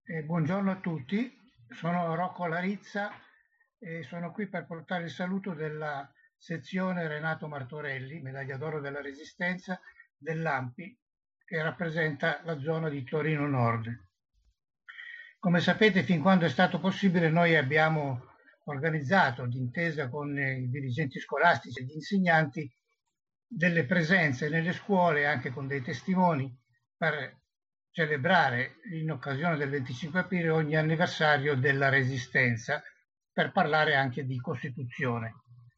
Buongiorno a tutti, sono Rocco Larizza e sono qui per portare il saluto della sezione Renato Martorelli, medaglia d'oro della Resistenza dell'AMPI, che rappresenta la zona di Torino Nord. Come sapete, fin quando è stato possibile, noi abbiamo organizzato, d'intesa con i dirigenti scolastici e gli insegnanti, delle presenze nelle scuole, anche con dei testimoni, per celebrare in occasione del 25 aprile ogni anniversario della Resistenza, per parlare anche di Costituzione.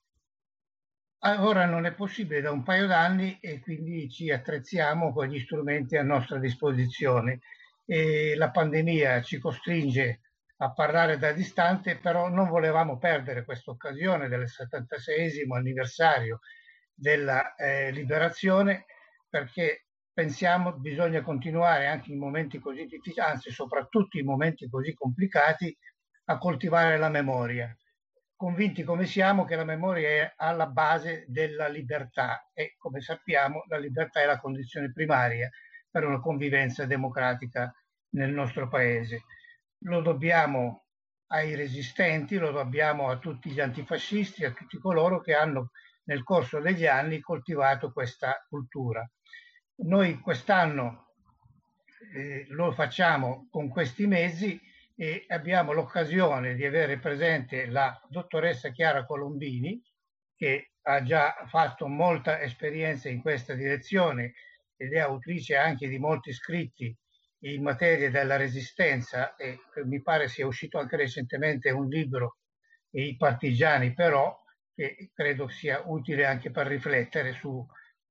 Ora non è possibile da un paio d'anni e quindi ci attrezziamo con gli strumenti a nostra disposizione. E la pandemia ci costringe a parlare da distante, però non volevamo perdere questa occasione del 76esimo anniversario della liberazione, perché pensiamo bisogna continuare anche in momenti così difficili, anzi soprattutto in momenti così complicati, a coltivare la memoria, convinti come siamo che la memoria è alla base della libertà e, come sappiamo, la libertà è la condizione primaria per una convivenza democratica nel nostro paese. Lo dobbiamo ai resistenti, lo dobbiamo a tutti gli antifascisti, a tutti coloro che hanno nel corso degli anni coltivato questa cultura. Noi quest'anno lo facciamo con questi mezzi e abbiamo l'occasione di avere presente la dottoressa Chiara Colombini, che ha già fatto molta esperienza in questa direzione ed è autrice anche di molti scritti in materia della resistenza e mi pare sia uscito anche recentemente un libro, I partigiani però, che credo sia utile anche per riflettere su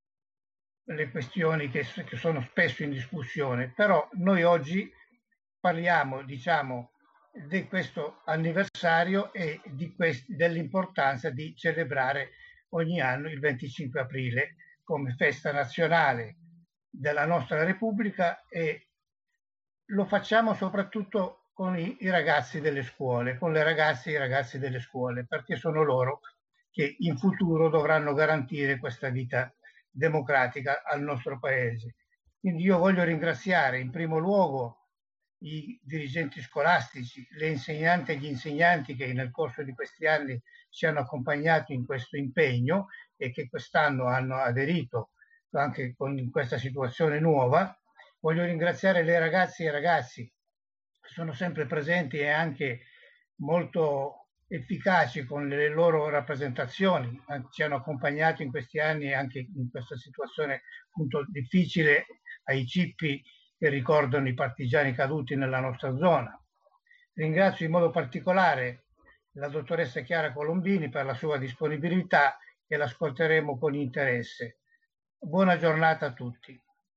le questioni che sono spesso in discussione. Però noi oggi parliamo, diciamo, di questo anniversario e dell'importanza di celebrare ogni anno il 25 aprile come festa nazionale della nostra Repubblica, e lo facciamo soprattutto con i ragazzi delle scuole, con le ragazze e i ragazzi delle scuole, perché sono loro che in futuro dovranno garantire questa vita democratica al nostro paese. Quindi io voglio ringraziare in primo luogo i dirigenti scolastici, le insegnanti e gli insegnanti che nel corso di questi anni ci hanno accompagnato in questo impegno e che quest'anno hanno aderito anche con questa situazione nuova. Voglio ringraziare le ragazze e i ragazzi che sono sempre presenti e anche molto efficaci con le loro rappresentazioni, ci hanno accompagnato in questi anni anche in questa situazione appunto difficile ai cippi che ricordano i partigiani caduti nella nostra zona. Ringrazio in modo particolare la dottoressa Chiara Colombini per la sua disponibilità e l'ascolteremo con interesse. Buona giornata a tutti.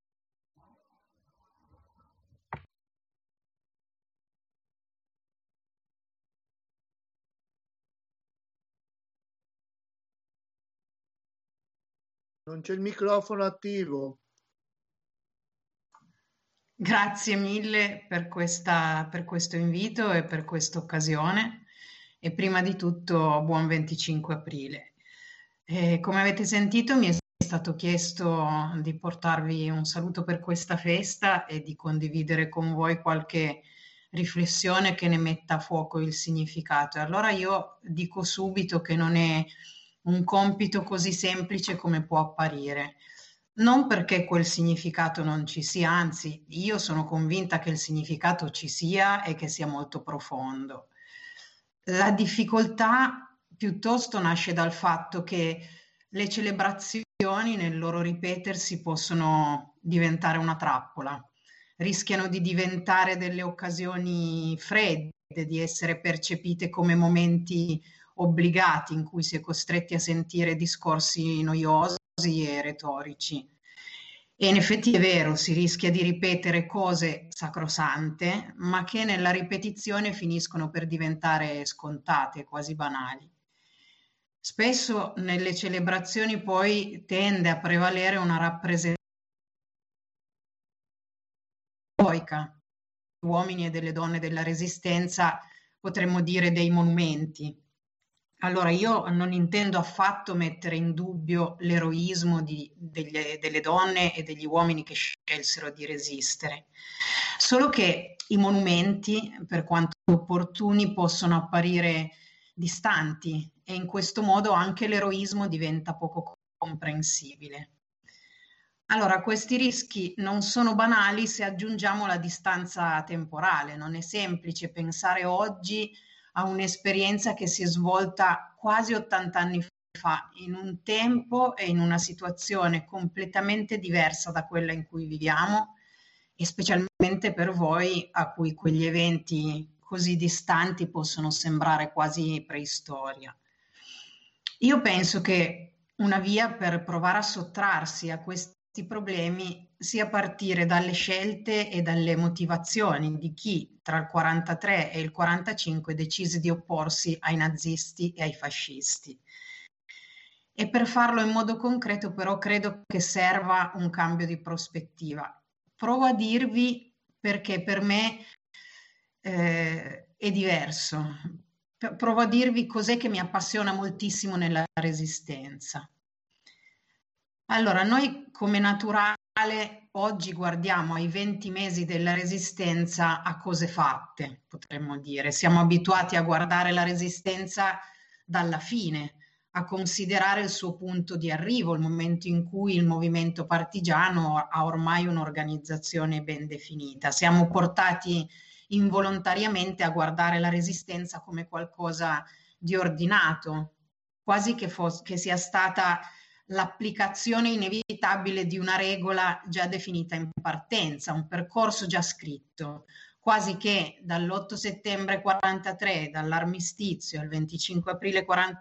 Non c'è il microfono attivo. Grazie mille per questo invito e per questa occasione e prima di tutto buon 25 aprile. Come avete sentito mi è stato chiesto di portarvi un saluto per questa festa e di condividere con voi qualche riflessione che ne metta a fuoco il significato. E allora io dico subito che non è un compito così semplice come può apparire. Non perché quel significato non ci sia, anzi, io sono convinta che il significato ci sia e che sia molto profondo. La difficoltà piuttosto nasce dal fatto che le celebrazioni nel loro ripetersi possono diventare una trappola, rischiano di diventare delle occasioni fredde, di essere percepite come momenti obbligati in cui si è costretti a sentire discorsi noiosi e retorici. E in effetti è vero, si rischia di ripetere cose sacrosante, ma che nella ripetizione finiscono per diventare scontate, quasi banali. Spesso nelle celebrazioni poi tende a prevalere una rappresentazione eroica, degli uomini e delle donne della Resistenza, potremmo dire dei monumenti. Allora, io non intendo affatto mettere in dubbio l'eroismo delle donne e degli uomini che scelsero di resistere, solo che I monumenti, per quanto opportuni, possono apparire distanti e in questo modo anche l'eroismo diventa poco comprensibile. Allora, questi rischi non sono banali se aggiungiamo la distanza temporale. Non è semplice pensare oggi a un'esperienza che si è svolta quasi 80 anni fa, in un tempo e in una situazione completamente diversa da quella in cui viviamo, e specialmente per voi a cui quegli eventi così distanti possono sembrare quasi preistoria. Io penso che una via per provare a sottrarsi a questi problemi sia partire dalle scelte e dalle motivazioni di chi tra il 43 e il 45 decise di opporsi ai nazisti e ai fascisti. E per farlo in modo concreto però credo che serva un cambio di prospettiva. Provo a dirvi perché per me è diverso. Provo a dirvi cos'è che mi appassiona moltissimo nella resistenza. Allora, noi come naturale oggi guardiamo ai 20 mesi della resistenza a cose fatte, potremmo dire. Siamo abituati a guardare la resistenza dalla fine, a considerare il suo punto di arrivo, il momento in cui il movimento partigiano ha ormai un'organizzazione ben definita. Siamo portati involontariamente a guardare la resistenza come qualcosa di ordinato, quasi che sia stata l'applicazione inevitabile di una regola già definita in partenza, un percorso già scritto, quasi che dall'8 settembre 43, dall'armistizio al 25 aprile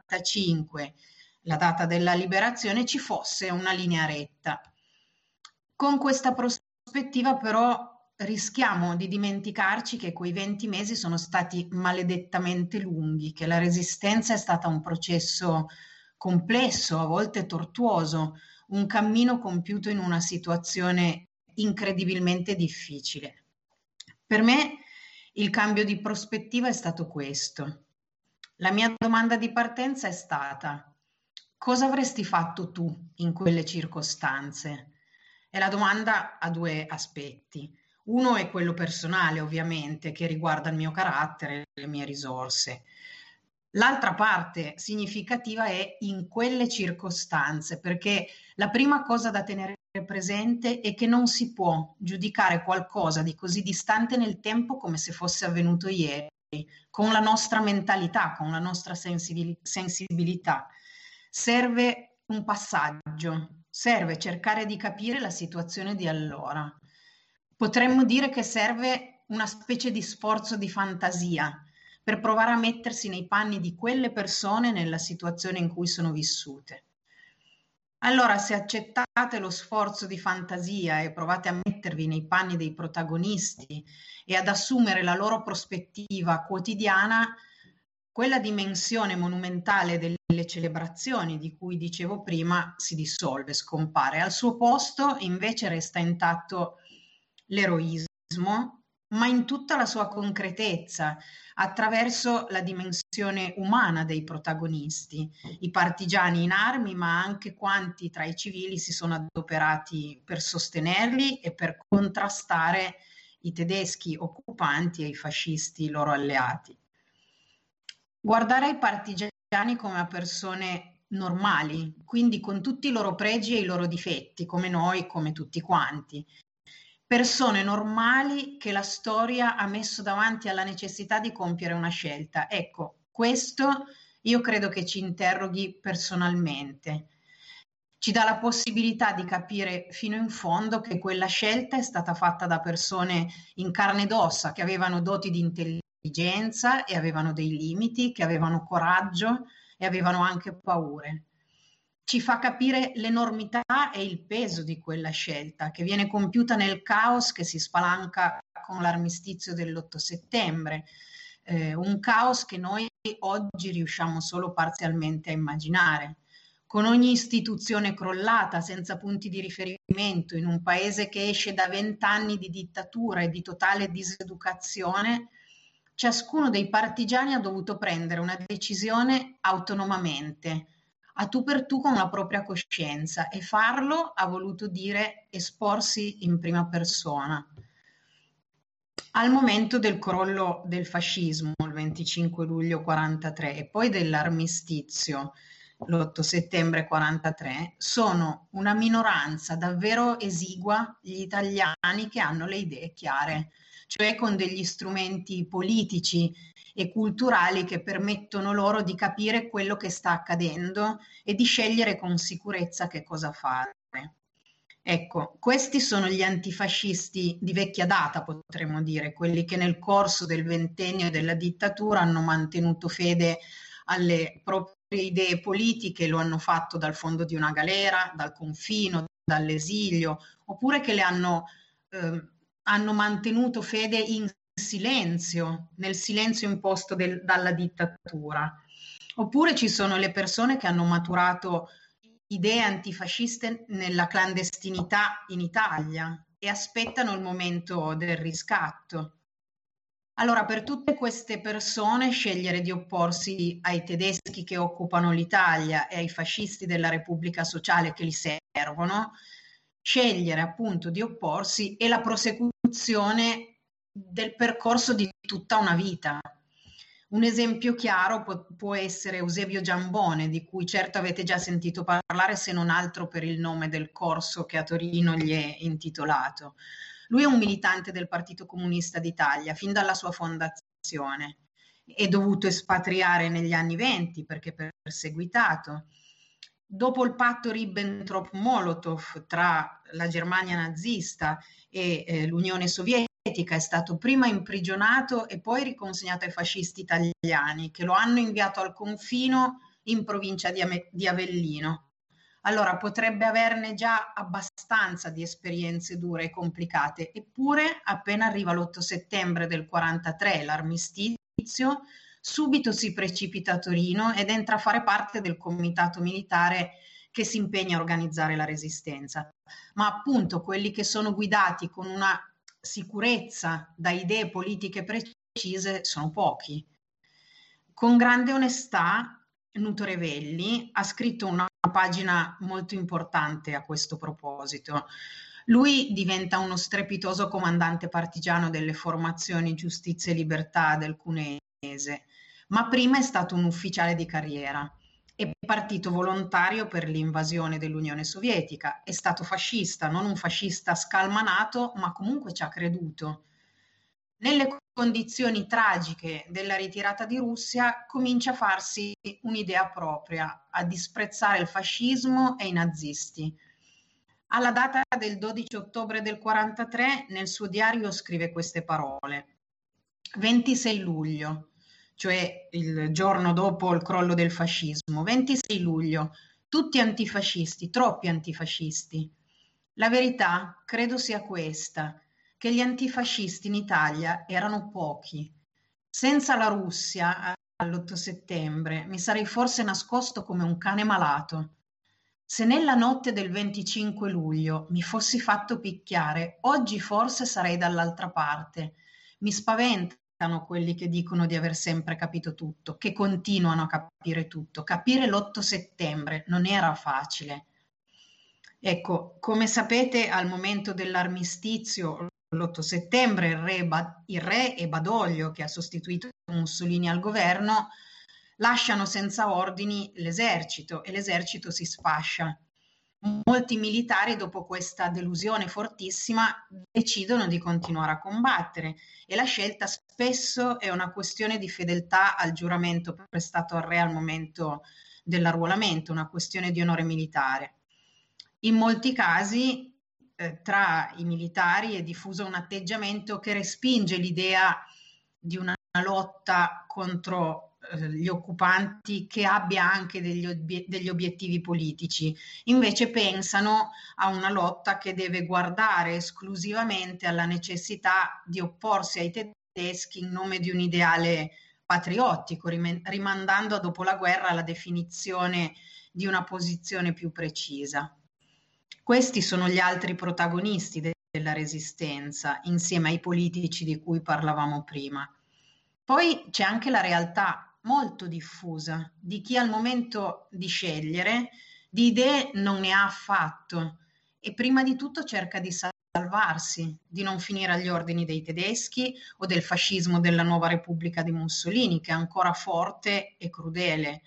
45, la data della liberazione, ci fosse una linea retta. Con questa prospettiva però rischiamo di dimenticarci che quei 20 mesi sono stati maledettamente lunghi, che la resistenza è stata un processo complesso, a volte tortuoso, un cammino compiuto in una situazione incredibilmente difficile. Per me il cambio di prospettiva è stato questo. La mia domanda di partenza è stata: cosa avresti fatto tu in quelle circostanze? E la domanda ha due aspetti. Uno è quello personale, ovviamente, che riguarda il mio carattere e le mie risorse. L'altra parte significativa è in quelle circostanze, perché la prima cosa da tenere presente è che non si può giudicare qualcosa di così distante nel tempo come se fosse avvenuto ieri, con la nostra mentalità, con la nostra sensibilità. Serve un passaggio, serve cercare di capire la situazione di allora. Potremmo dire che serve una specie di sforzo di fantasia per provare a mettersi nei panni di quelle persone nella situazione in cui sono vissute. Allora, se accettate lo sforzo di fantasia e provate a mettervi nei panni dei protagonisti e ad assumere la loro prospettiva quotidiana, quella dimensione monumentale delle celebrazioni di cui dicevo prima si dissolve, scompare. Al suo posto invece resta intatto l'eroismo, ma in tutta la sua concretezza, attraverso la dimensione umana dei protagonisti, i partigiani in armi, ma anche quanti tra i civili si sono adoperati per sostenerli e per contrastare i tedeschi occupanti e i fascisti loro alleati. Guardare i partigiani come a persone normali, quindi con tutti i loro pregi e i loro difetti, come noi, come tutti quanti. Persone normali che la storia ha messo davanti alla necessità di compiere una scelta. Ecco, questo io credo che ci interroghi personalmente. Ci dà la possibilità di capire fino in fondo che quella scelta è stata fatta da persone in carne ed ossa, che avevano doti di intelligenza e avevano dei limiti, che avevano coraggio e avevano anche paure. Ci fa capire l'enormità e il peso di quella scelta che viene compiuta nel caos che si spalanca con l'armistizio dell'8 settembre, un caos che noi oggi riusciamo solo parzialmente a immaginare. Con ogni istituzione crollata, senza punti di riferimento, in un paese che esce da 20 anni di dittatura e di totale diseducazione, ciascuno dei partigiani ha dovuto prendere una decisione autonomamente, a tu per tu con la propria coscienza, e farlo ha voluto dire esporsi in prima persona. al momento del crollo del fascismo, il 25 luglio 43, e poi dell'armistizio, l'8 settembre 43, sono una minoranza davvero esigua gli italiani che hanno le idee chiare, cioè con degli strumenti politici e culturali che permettono loro di capire quello che sta accadendo e di scegliere con sicurezza che cosa fare. Ecco, questi sono gli antifascisti di vecchia data, potremmo dire, quelli che nel corso del ventennio della dittatura hanno mantenuto fede alle proprie idee politiche, lo hanno fatto dal fondo di una galera, dal confino, dall'esilio, oppure che le hanno mantenuto fede in silenzio, nel silenzio imposto dalla dittatura. Oppure ci sono le persone che hanno maturato idee antifasciste nella clandestinità in Italia e aspettano il momento del riscatto. Allora, per tutte queste persone scegliere di opporsi ai tedeschi che occupano l'Italia e ai fascisti della Repubblica Sociale che li servono, scegliere appunto di opporsi è la prosecuzione del percorso di tutta una vita. Un esempio chiaro può essere Eusebio Giambone, di cui certo avete già sentito parlare, se non altro per il nome del corso che a Torino gli è intitolato. Lui è un militante del Partito Comunista d'Italia fin dalla sua fondazione. È dovuto espatriare negli anni '20 perché perseguitato. Dopo il patto Ribbentrop-Molotov tra la Germania nazista e l'Unione Sovietica è stato prima imprigionato e poi riconsegnato ai fascisti italiani che lo hanno inviato al confino in provincia di Avellino. Allora potrebbe averne già abbastanza di esperienze dure e complicate, eppure appena arriva l'8 settembre del 43, l'armistizio, subito si precipita a Torino ed entra a fare parte del comitato militare che si impegna a organizzare la resistenza. Ma appunto quelli che sono guidati con una sicurezza da idee politiche precise sono pochi. Con grande onestà, Nuto Revelli ha scritto una pagina molto importante a questo proposito. Lui diventa uno strepitoso comandante partigiano delle formazioni Giustizia e Libertà del Cuneese, ma prima è stato un ufficiale di carriera. È partito volontario per l'invasione dell'Unione Sovietica, è stato fascista, non un fascista scalmanato, ma comunque ci ha creduto. Nelle condizioni tragiche della ritirata di Russia comincia a farsi un'idea propria, a disprezzare il fascismo e i nazisti. Alla data del 12 ottobre del 43 nel suo diario scrive queste parole: 26 luglio, cioè il giorno dopo il crollo del fascismo, 26 luglio, tutti antifascisti, troppi antifascisti. La verità credo sia questa, che gli antifascisti in Italia erano pochi. Senza la Russia, all'8 settembre, mi sarei forse nascosto come un cane malato. Se nella notte del 25 luglio mi fossi fatto picchiare, oggi forse sarei dall'altra parte. Mi spaventano quelli che dicono di aver sempre capito tutto, che continuano a capire tutto. Capire l'8 settembre non era facile. Ecco, come sapete, al momento dell'armistizio, l'8 settembre, il re e Badoglio, che ha sostituito Mussolini al governo, lasciano senza ordini l'esercito e l'esercito si sfascia. Molti militari, dopo questa delusione fortissima, decidono di continuare a combattere e la scelta spesso è una questione di fedeltà al giuramento prestato al re al momento dell'arruolamento, una questione di onore militare. In molti casi tra i militari è diffuso un atteggiamento che respinge l'idea di una lotta contro gli occupanti che abbia anche degli obiettivi politici. Invece pensano a una lotta che deve guardare esclusivamente alla necessità di opporsi ai tedeschi in nome di un ideale patriottico, rimandando a dopo la guerra la definizione di una posizione più precisa. Questi sono gli altri protagonisti della resistenza, insieme ai politici di cui parlavamo prima. Poi c'è anche la realtà molto diffusa di chi al momento di scegliere di idee non ne ha affatto e prima di tutto cerca di salvarsi, di non finire agli ordini dei tedeschi o del fascismo della nuova Repubblica di Mussolini, che è ancora forte e crudele.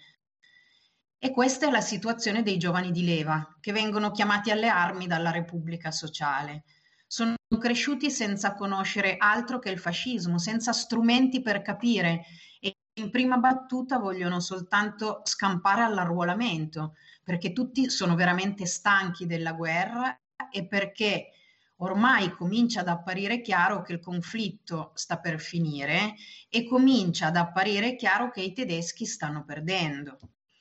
E questa è la situazione dei giovani di leva, che vengono chiamati alle armi dalla Repubblica Sociale. Sono cresciuti senza conoscere altro che il fascismo, senza strumenti per capire, e in prima battuta vogliono soltanto scampare all'arruolamento, perché tutti sono veramente stanchi della guerra e perché ormai comincia ad apparire chiaro che il conflitto sta per finire e comincia ad apparire chiaro che i tedeschi stanno perdendo.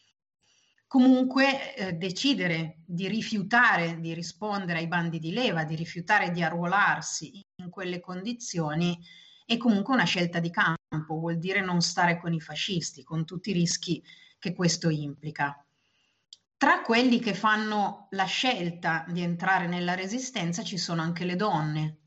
Comunque decidere di rifiutare di rispondere ai bandi di leva, di rifiutare di arruolarsi in quelle condizioni è comunque una scelta di campo, vuol dire non stare con i fascisti, con tutti i rischi che questo implica. Tra quelli che fanno la scelta di entrare nella resistenza ci sono anche le donne.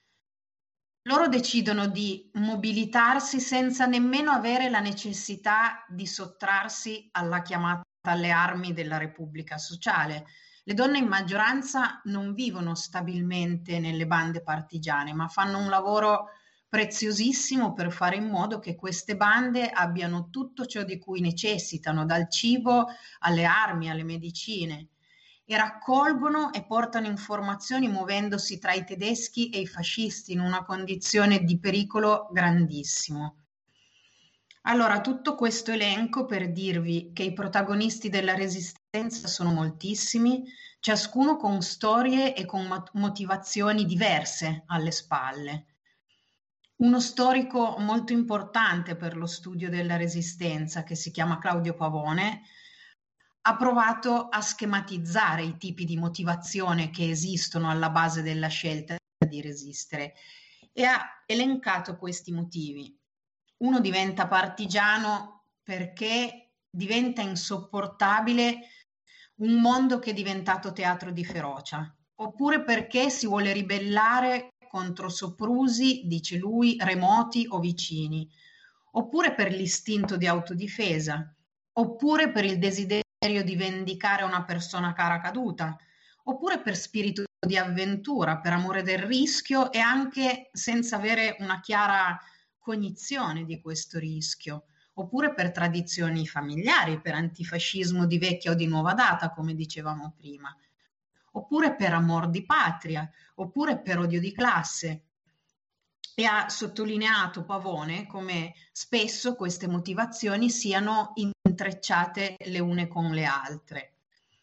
Loro decidono di mobilitarsi senza nemmeno avere la necessità di sottrarsi alla chiamata alle armi della Repubblica Sociale. Le donne in maggioranza non vivono stabilmente nelle bande partigiane, ma fanno un lavoro preziosissimo per fare in modo che queste bande abbiano tutto ciò di cui necessitano, dal cibo alle armi, alle medicine, e raccolgono e portano informazioni muovendosi tra i tedeschi e i fascisti in una condizione di pericolo grandissimo. Allora, tutto questo elenco per dirvi che i protagonisti della resistenza sono moltissimi, ciascuno con storie e con motivazioni diverse alle spalle. Uno storico molto importante per lo studio della resistenza, che si chiama Claudio Pavone, ha provato a schematizzare i tipi di motivazione che esistono alla base della scelta di resistere e ha elencato questi motivi. Uno diventa partigiano perché diventa insopportabile un mondo che è diventato teatro di ferocia, oppure perché si vuole ribellare contro soprusi, dice lui, remoti o vicini, oppure per l'istinto di autodifesa, oppure per il desiderio di vendicare una persona cara caduta, oppure per spirito di avventura, per amore del rischio e anche senza avere una chiara cognizione di questo rischio, oppure per tradizioni familiari, per antifascismo di vecchia o di nuova data, come dicevamo prima, oppure per amor di patria, oppure per odio di classe. E ha sottolineato Pavone come spesso queste motivazioni siano intrecciate le une con le altre.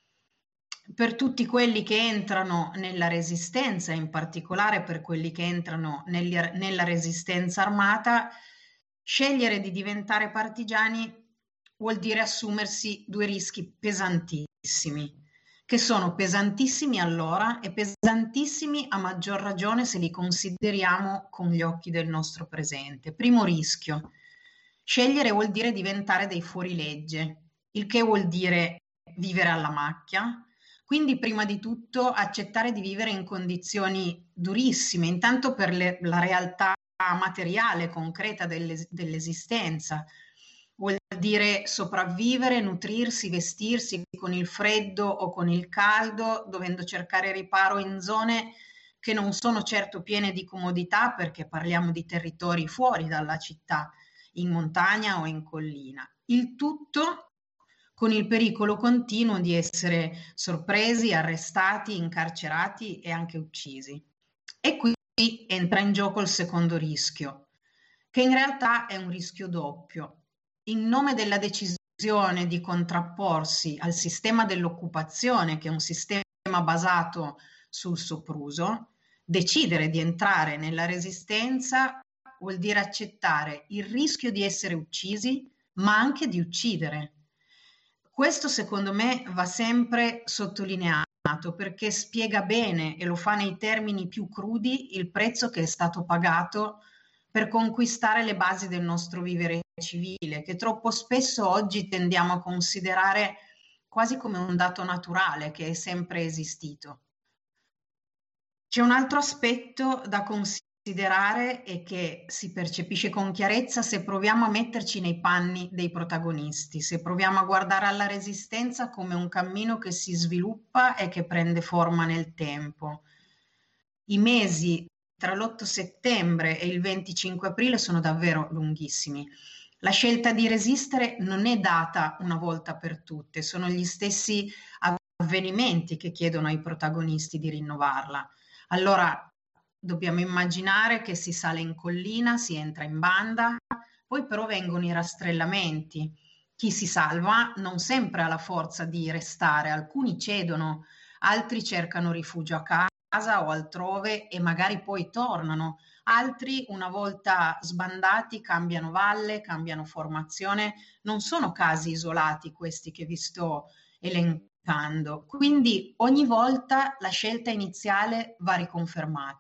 Per tutti quelli che entrano nella resistenza, in particolare per quelli che entrano nella resistenza armata, scegliere di diventare partigiani vuol dire assumersi due rischi pesantissimi, che sono pesantissimi allora e pesantissimi a maggior ragione se li consideriamo con gli occhi del nostro presente. Primo rischio: scegliere vuol dire diventare dei fuorilegge, il che vuol dire vivere alla macchia. Quindi prima di tutto accettare di vivere in condizioni durissime, intanto per la realtà materiale, concreta dell'esistenza. Vuol dire sopravvivere, nutrirsi, vestirsi con il freddo o con il caldo, dovendo cercare riparo in zone che non sono certo piene di comodità, perché parliamo di territori fuori dalla città, in montagna o in collina. Il tutto con il pericolo continuo di essere sorpresi, arrestati, incarcerati e anche uccisi. E qui entra in gioco il secondo rischio, che in realtà è un rischio doppio. In nome della decisione di contrapporsi al sistema dell'occupazione, che è un sistema basato sul sopruso, decidere di entrare nella resistenza vuol dire accettare il rischio di essere uccisi, ma anche di uccidere. Questo secondo me va sempre sottolineato perché spiega bene e lo fa nei termini più crudi il prezzo che è stato pagato per conquistare le basi del nostro vivere civile, che troppo spesso oggi tendiamo a considerare quasi come un dato naturale che è sempre esistito. C'è un altro aspetto da considerare e che si percepisce con chiarezza se proviamo a metterci nei panni dei protagonisti, se proviamo a guardare alla resistenza come un cammino che si sviluppa e che prende forma nel tempo. I mesi tra l'8 settembre e il 25 aprile sono davvero lunghissimi. La scelta di resistere non è data una volta per tutte, sono gli stessi avvenimenti che chiedono ai protagonisti di rinnovarla. Allora dobbiamo immaginare che si sale in collina, si entra in banda, poi però vengono i rastrellamenti. Chi si salva non sempre ha la forza di restare, alcuni cedono, altri cercano rifugio a casa o altrove e magari poi tornano. Altri, una volta sbandati, cambiano valle, cambiano formazione. Non sono casi isolati questi che vi sto elencando. Quindi ogni volta la scelta iniziale va riconfermata.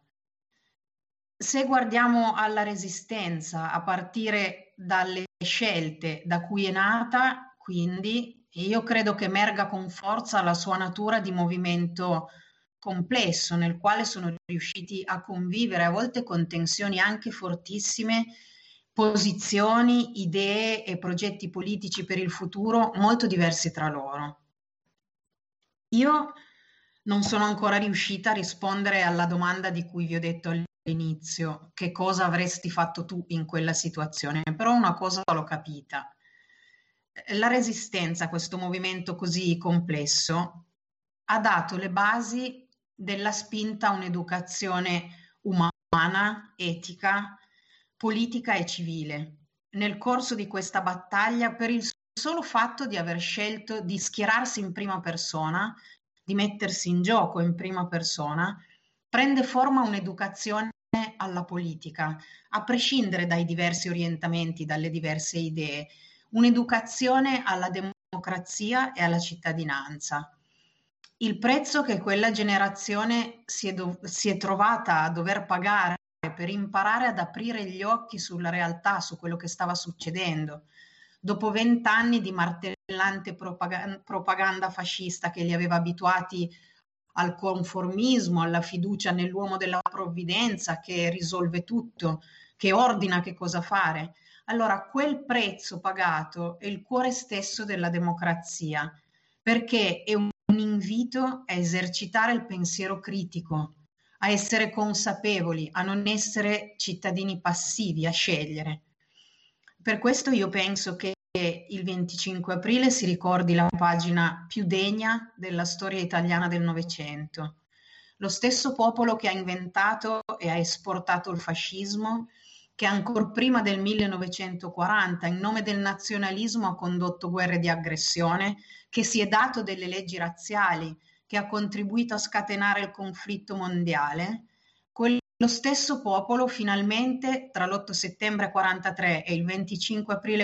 Se guardiamo alla resistenza a partire dalle scelte da cui è nata, quindi io credo che emerga con forza la sua natura di movimento complesso nel quale sono riusciti a convivere, a volte con tensioni anche fortissime, posizioni, idee e progetti politici per il futuro molto diversi tra loro. Io non sono ancora riuscita a rispondere alla domanda di cui vi ho detto all'inizio, che cosa avresti fatto tu in quella situazione, però una cosa l'ho capita. La resistenza a questo movimento così complesso ha dato le basi della spinta a un'educazione umana, etica, politica e civile. Nel corso di questa battaglia, per il solo fatto di aver scelto di schierarsi in prima persona, di mettersi in gioco in prima persona, prende forma un'educazione alla politica, a prescindere dai diversi orientamenti, dalle diverse idee, un'educazione alla democrazia e alla cittadinanza. Il prezzo che quella generazione si è trovata a dover pagare per imparare ad aprire gli occhi sulla realtà, su quello che stava succedendo, dopo 20 anni di martellante propaganda fascista che li aveva abituati al conformismo, alla fiducia nell'uomo della provvidenza che risolve tutto, che ordina che cosa fare. Allora, quel prezzo pagato è il cuore stesso della democrazia, perché è un invito a esercitare il pensiero critico, a essere consapevoli, a non essere cittadini passivi, a scegliere. Per questo io penso che il 25 aprile si ricordi la pagina più degna della storia italiana del Novecento. Lo stesso popolo che ha inventato e ha esportato il fascismo, che ancor prima del 1940, in nome del nazionalismo, ha condotto guerre di aggressione, che si è dato delle leggi razziali, che ha contribuito a scatenare il conflitto mondiale, lo stesso popolo finalmente tra l'8 settembre 43 e il 25 aprile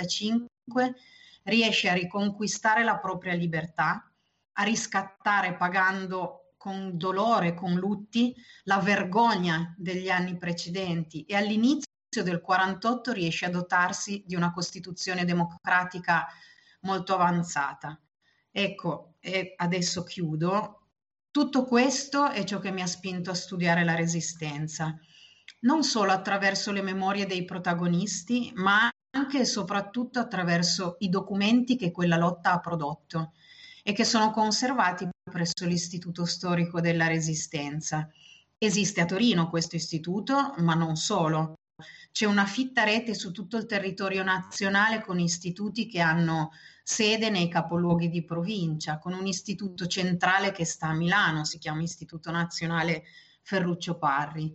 45 riesce a riconquistare la propria libertà, a riscattare pagando con dolore, con lutti, la vergogna degli anni precedenti e all'inizio del 48 riesce a dotarsi di una Costituzione democratica molto avanzata. Ecco, e adesso chiudo. Tutto questo è ciò che mi ha spinto a studiare la Resistenza, non solo attraverso le memorie dei protagonisti, ma anche e soprattutto attraverso i documenti che quella lotta ha prodotto e che sono conservati presso l'Istituto Storico della Resistenza. Esiste a Torino questo istituto, ma non solo. C'è una fitta rete su tutto il territorio nazionale con istituti che hanno sede nei capoluoghi di provincia, con un istituto centrale che sta a Milano, si chiama Istituto Nazionale Ferruccio Parri.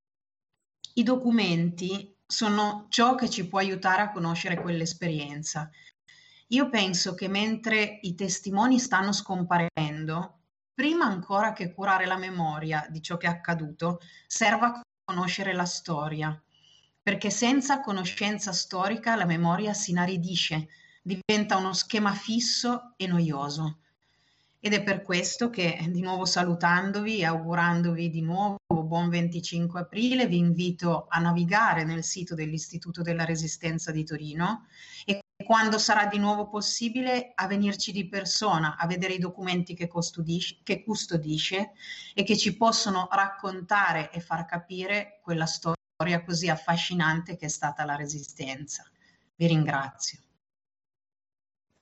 I documenti sono ciò che ci può aiutare a conoscere quell'esperienza. Io penso che mentre i testimoni stanno scomparendo, prima ancora che curare la memoria di ciò che è accaduto, serva conoscere la storia, perché senza conoscenza storica la memoria si inaridisce, diventa uno schema fisso e noioso. Ed è per questo che, di nuovo salutandovi e augurandovi di nuovo buon 25 aprile, vi invito a navigare nel sito dell'Istituto della Resistenza di Torino e quando sarà di nuovo possibile a venirci di persona, a vedere i documenti che custodisce e che ci possono raccontare e far capire quella storia così affascinante che è stata la Resistenza. Vi ringrazio.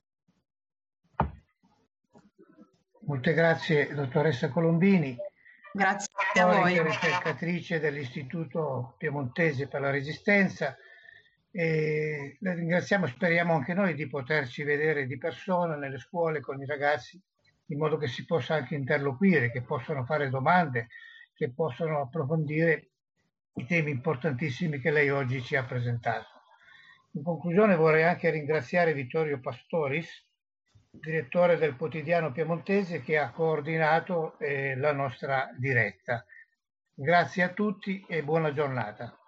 Molte grazie, dottoressa Colombini. Grazie a voi. storica ricercatrice dell'Istituto Piemontese per la Resistenza, e la ringraziamo, speriamo anche noi di poterci vedere di persona nelle scuole con i ragazzi, in modo che si possa anche interloquire, che possano fare domande, che possano approfondire i temi importantissimi che lei oggi ci ha presentato. In conclusione vorrei anche ringraziare Vittorio Pastoris, direttore del quotidiano piemontese, che ha coordinato la nostra diretta. Grazie a tutti e buona giornata.